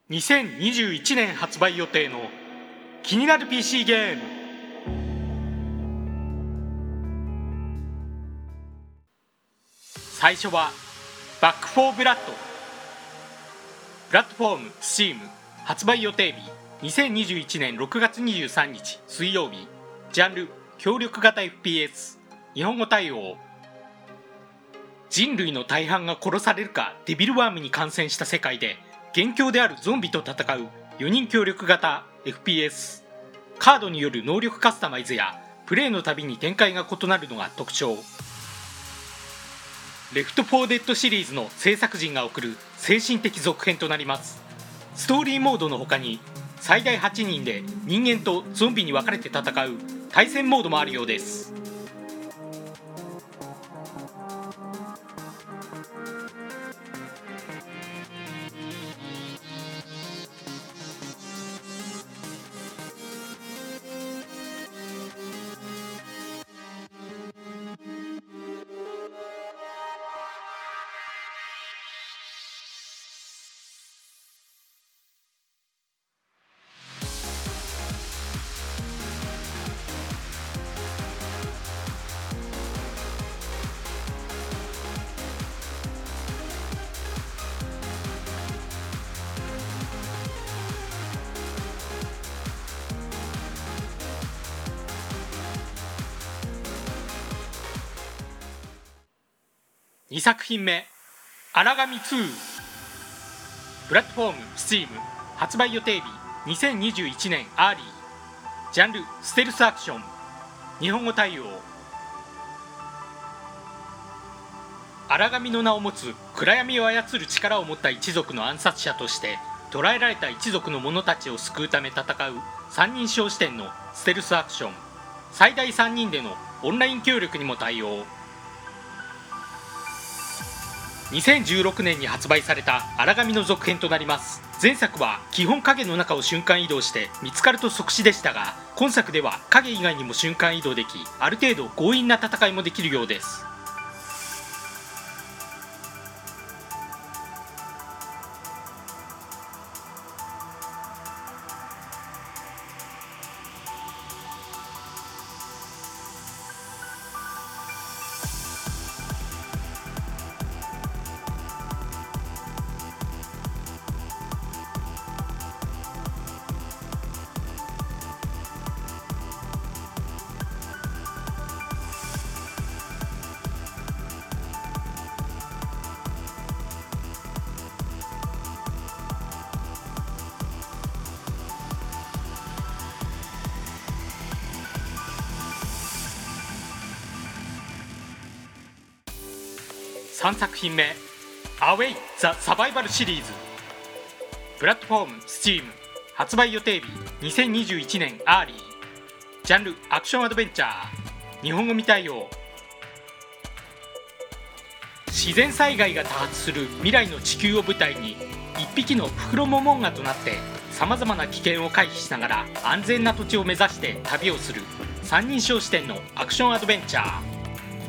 2021年発売予定の気になる PC ゲーム。最初はバックフォーブラッド。プラットフォーム Steam 発売予定日2021年6月23日水曜日。ジャンル協力型 FPS 日本語対応。人類の大半が殺されるかデビルワームに感染した世界で元凶であるゾンビと戦う4人協力型 FPS。 カードによる能力カスタマイズやプレイのたびに展開が異なるのが特徴。レフト4デッドシリーズの制作陣が送る精神的続編となります。ストーリーモードの他に最大8人で人間とゾンビに分かれて戦う対戦モードもあるようです。2作品目、荒神2。プラットフォーム Steam 発売予定日2021年アーリー。ジャンルステルスアクション日本語対応。荒神の名を持つ暗闇を操る力を持った一族の暗殺者として捕らえられた一族の者たちを救うため戦う三人称視点のステルスアクション。最大3人でのオンライン協力にも対応。2016年に発売された荒神の続編となります。前作は基本影の中を瞬間移動して見つかると即死でしたが、今作では影以外にも瞬間移動でき、ある程度強引な戦いもできるようです。3作品目、アウェイ・ザ・サバイバルシリーズ。プラットフォーム Steam 発売予定日2021年アーリー。ジャンルアクションアドベンチャー日本語未対応。自然災害が多発する未来の地球を舞台に一匹のフクロモモンガとなってさまざまな危険を回避しながら安全な土地を目指して旅をする三人称視点のアクションアドベンチャー。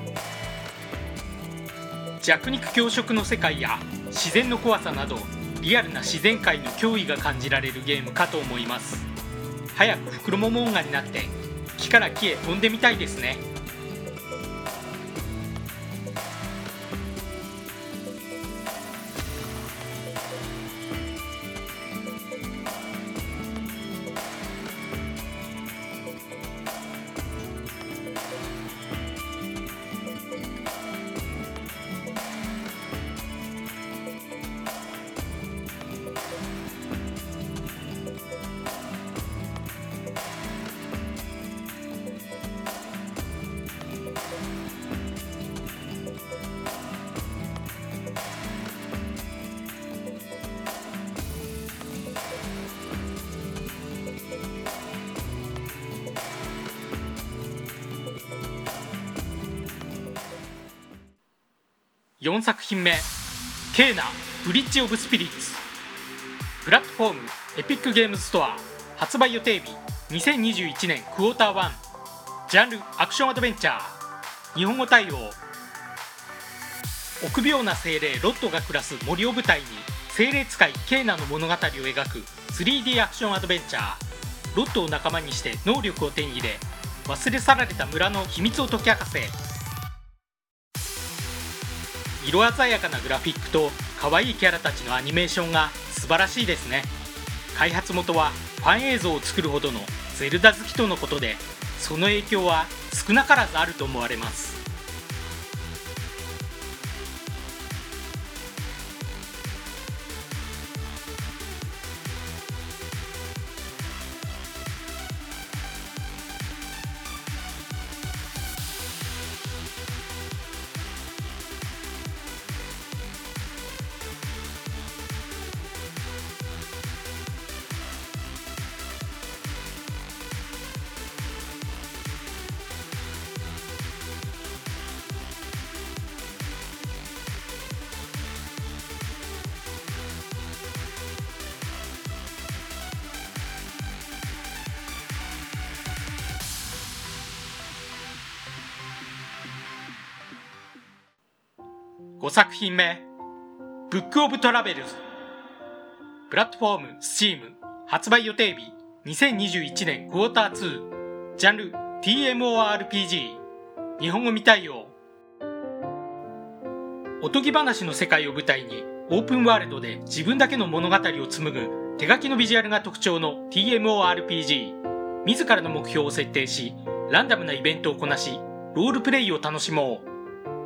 弱肉強食の世界や自然の怖さなどリアルな自然界の脅威が感じられるゲームかと思います。早くフクロモモンガになって木から木へ飛んでみたいですね。4作品目、ケーナブリッジオブスピリッツ。プラットフォームエピックゲームズストア発売予定日2021年クォーター1。ジャンルアクションアドベンチャー日本語対応。臆病な精霊ロットが暮らす森を舞台に精霊使いケーナの物語を描く 3D アクションアドベンチャー。ロットを仲間にして能力を手に入れ、忘れ去られた村の秘密を解き明かせ。色鮮やかなグラフィックと可愛いキャラたちのアニメーションが素晴らしいですね。開発元はファン映像を作るほどのゼルダ好きとのことで、その影響は少なからずあると思われます。5作品目、ブックオブトラベルズ。プラットフォーム Steam、 発売予定日2021年クォーター2。ジャンル TMORPG、 日本語未対応。おとぎ話の世界を舞台にオープンワールドで自分だけの物語を紡ぐ手書きのビジュアルが特徴の TMORPG。 自らの目標を設定し、ランダムなイベントをこなし、ロールプレイを楽しもう。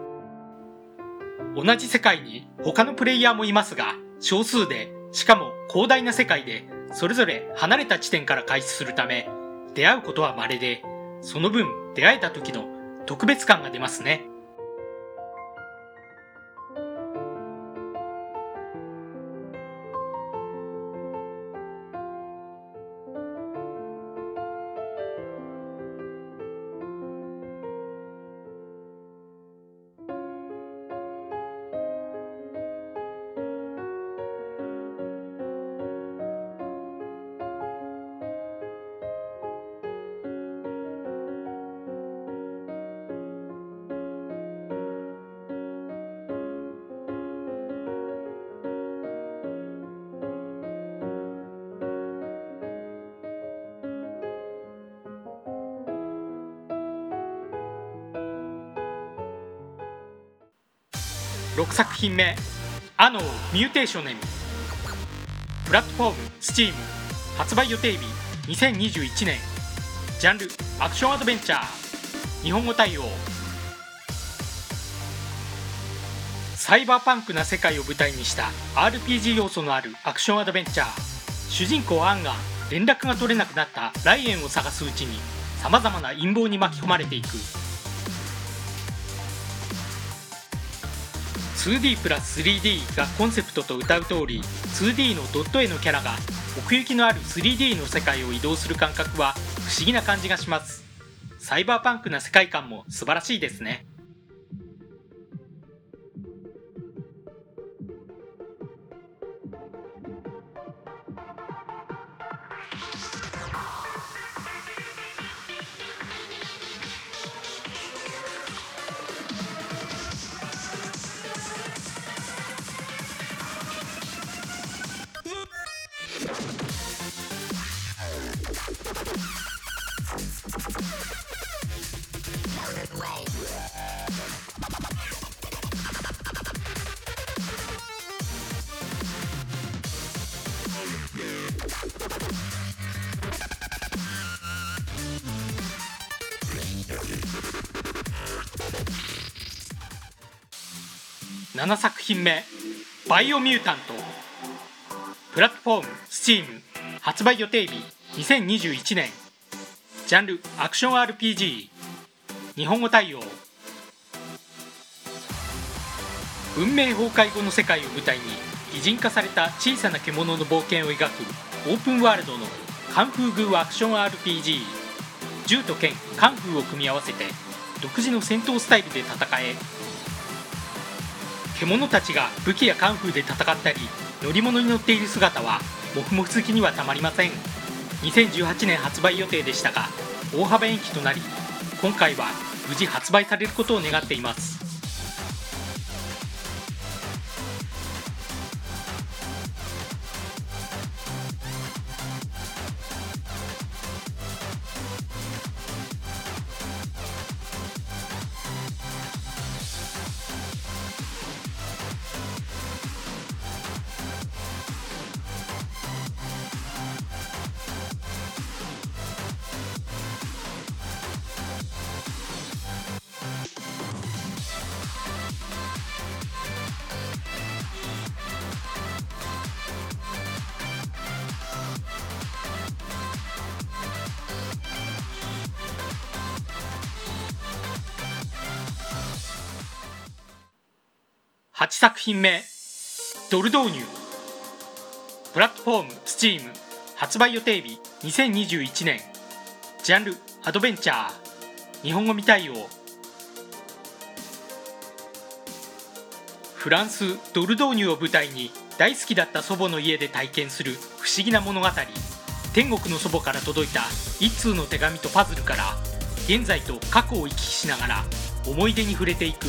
同じ世界に他のプレイヤーもいますが、少数で、しかも広大な世界でそれぞれ離れた地点から開始するため、出会うことは稀で、その分出会えた時の特別感が出ますね。6作品目、アノーミューテーショネム。プラットフォーム Steam、 発売予定日2021年。ジャンルアクションアドベンチャー、日本語対応。サイバーパンクな世界を舞台にした RPG 要素のあるアクションアドベンチャー。主人公アンが連絡が取れなくなったライエンを探すうちに、さまざまな陰謀に巻き込まれていく。2D プラス 3D がコンセプトと謳う通り、 2D のドット絵のキャラが奥行きのある 3D の世界を移動する感覚は不思議な感じがします。サイバーパンクな世界観も素晴らしいですね。7作品目、バイオミュータント。プラットフォーム Steam、 発売予定日2021年。ジャンルアクション RPG、 日本語対応。文明崩壊後の世界を舞台に擬人化された小さな獣の冒険を描くオープンワールドのカンフーグーアクション RPG。 銃と剣、カンフーを組み合わせて独自の戦闘スタイルで戦え、獣たちが武器やカンフーで戦ったり乗り物に乗っている姿はモフモフ好きにはたまりません。2018年発売予定でしたが大幅延期となり、今回は無事発売されることを願っています。 8作品目ドル導入。プラットフォーム Steam 発売予定日2021年。ジャンルアドベンチャー、日本語未対応。フランスドル導入を舞台に大好きだった祖母の家で体験する不思議な物語。天国の祖母から届いた一通の手紙とパズルから現在と過去を行き来しながら思い出に触れていく。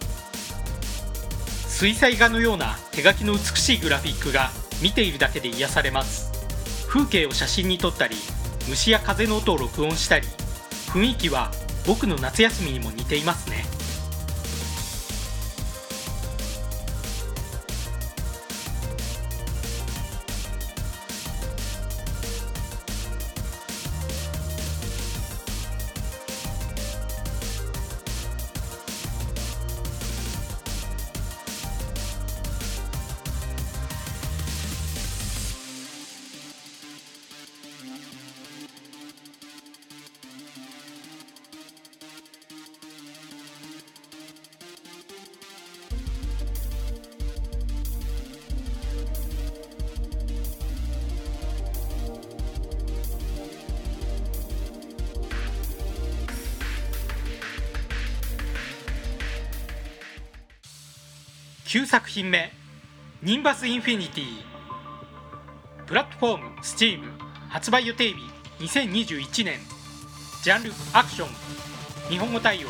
水彩画のような手書きの美しいグラフィックが見ているだけで癒されます。風景を写真に撮ったり、虫や風の音を録音したり、雰囲気は僕の夏休みにも似ていますね。9作品目ニンバスインフィニティ。プラットフォーム Steam 発売予定日2021年。ジャンルアクション、日本語対応。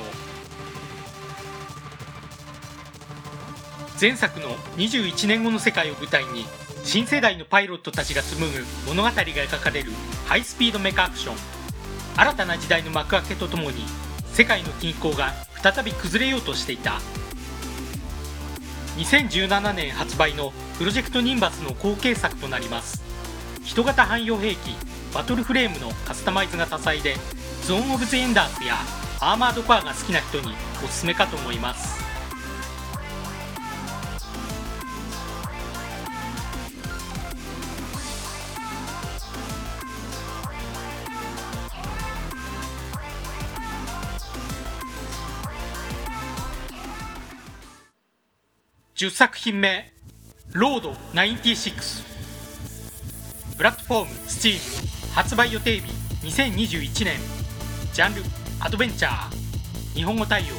前作の21年後の世界を舞台に新世代のパイロットたちが紡ぐ物語が描かれるハイスピードメカアクション。新たな時代の幕開けとともに世界の均衡が再び崩れようとしていた。2017年発売のプロジェクトニンバスの後継作となります。人型汎用兵器バトルフレームのカスタマイズが多彩で、ゾーン・オブ・ザ・エンダーズやアーマードコアが好きな人におすすめかと思います。10作品目ロード96。プラットフォーム Steam 発売予定日2021年。ジャンルアドベンチャー、日本語対応。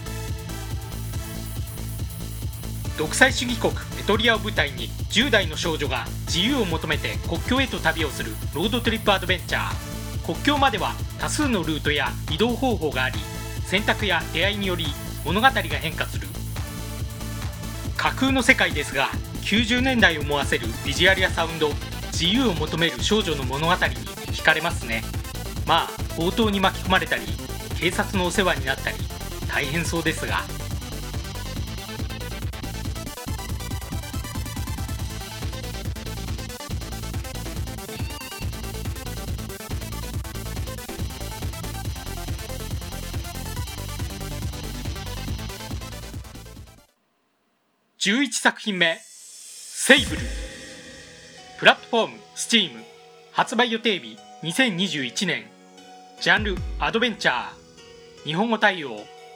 独裁主義国エトリアを舞台に10代の少女が自由を求めて国境へと旅をするロードトリップアドベンチャー。国境までは多数のルートや移動方法があり、選択や出会いにより物語が変化する。架空の世界ですが、90年代を思わせるビジュアルやサウンド、自由を求める少女の物語に惹かれますね。まあ強盗に巻き込まれたり警察のお世話になったり大変そうですが。11作品目セイブル。プラットフォーム Steam 発売予定日2021年。ジャンルアドベンチャー、日本語対応。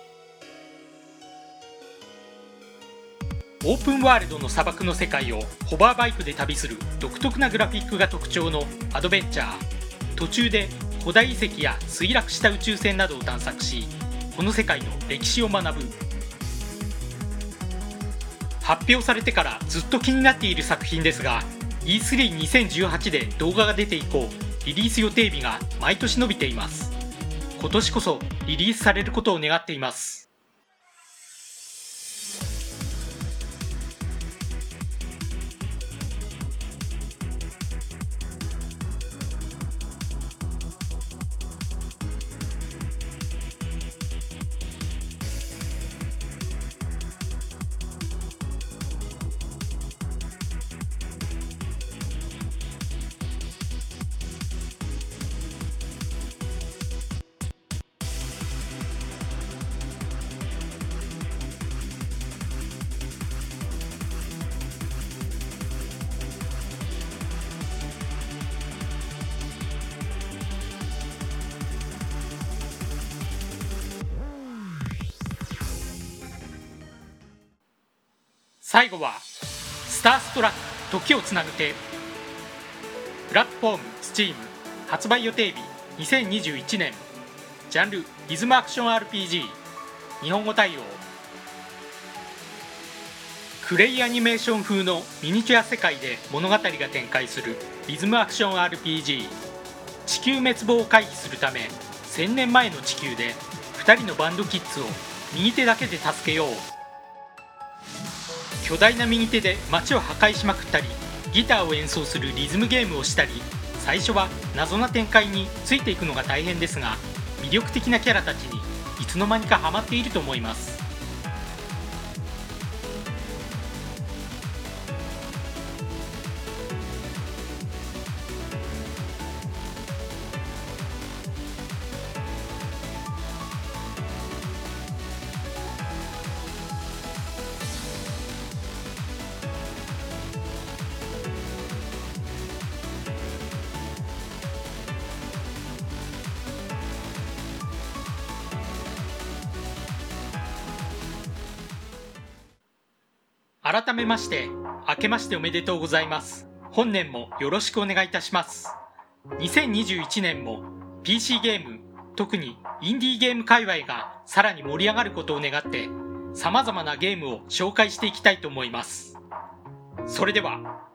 オープンワールドの砂漠の世界をホバーバイクで旅する独特なグラフィックが特徴のアドベンチャー。途中で古代遺跡や墜落した宇宙船などを探索し、この世界の歴史を学ぶ。発表されてからずっと気になっている作品ですが、 E32018 で動画が出て以降、リリース予定日が毎年伸びています。今年こそリリースされることを願っています。 最後はスターストラック時をつなぐテープ。プラットフォーム Steam 発売予定日2021年。ジャンルリズムアクション RPG、 日本語対応。クレイアニメーション風のミニチュア世界で物語が展開するリズムアクション RPG。 地球滅亡を回避するため1000年前の地球で2人のバンドキッズを右手だけで助けよう。巨大な右手で街を破壊しまくったり、ギターを演奏するリズムゲームをしたり、最初は謎な展開についていくのが大変ですが、魅力的なキャラたちにいつの間にかハマっていると思います。改めまして明けましておめでとうございます。本年もよろしくお願いいたします。2021年も PC ゲーム、特にインディーゲーム界隈がさらに盛り上がることを願って、様々なゲームを紹介していきたいと思います。それでは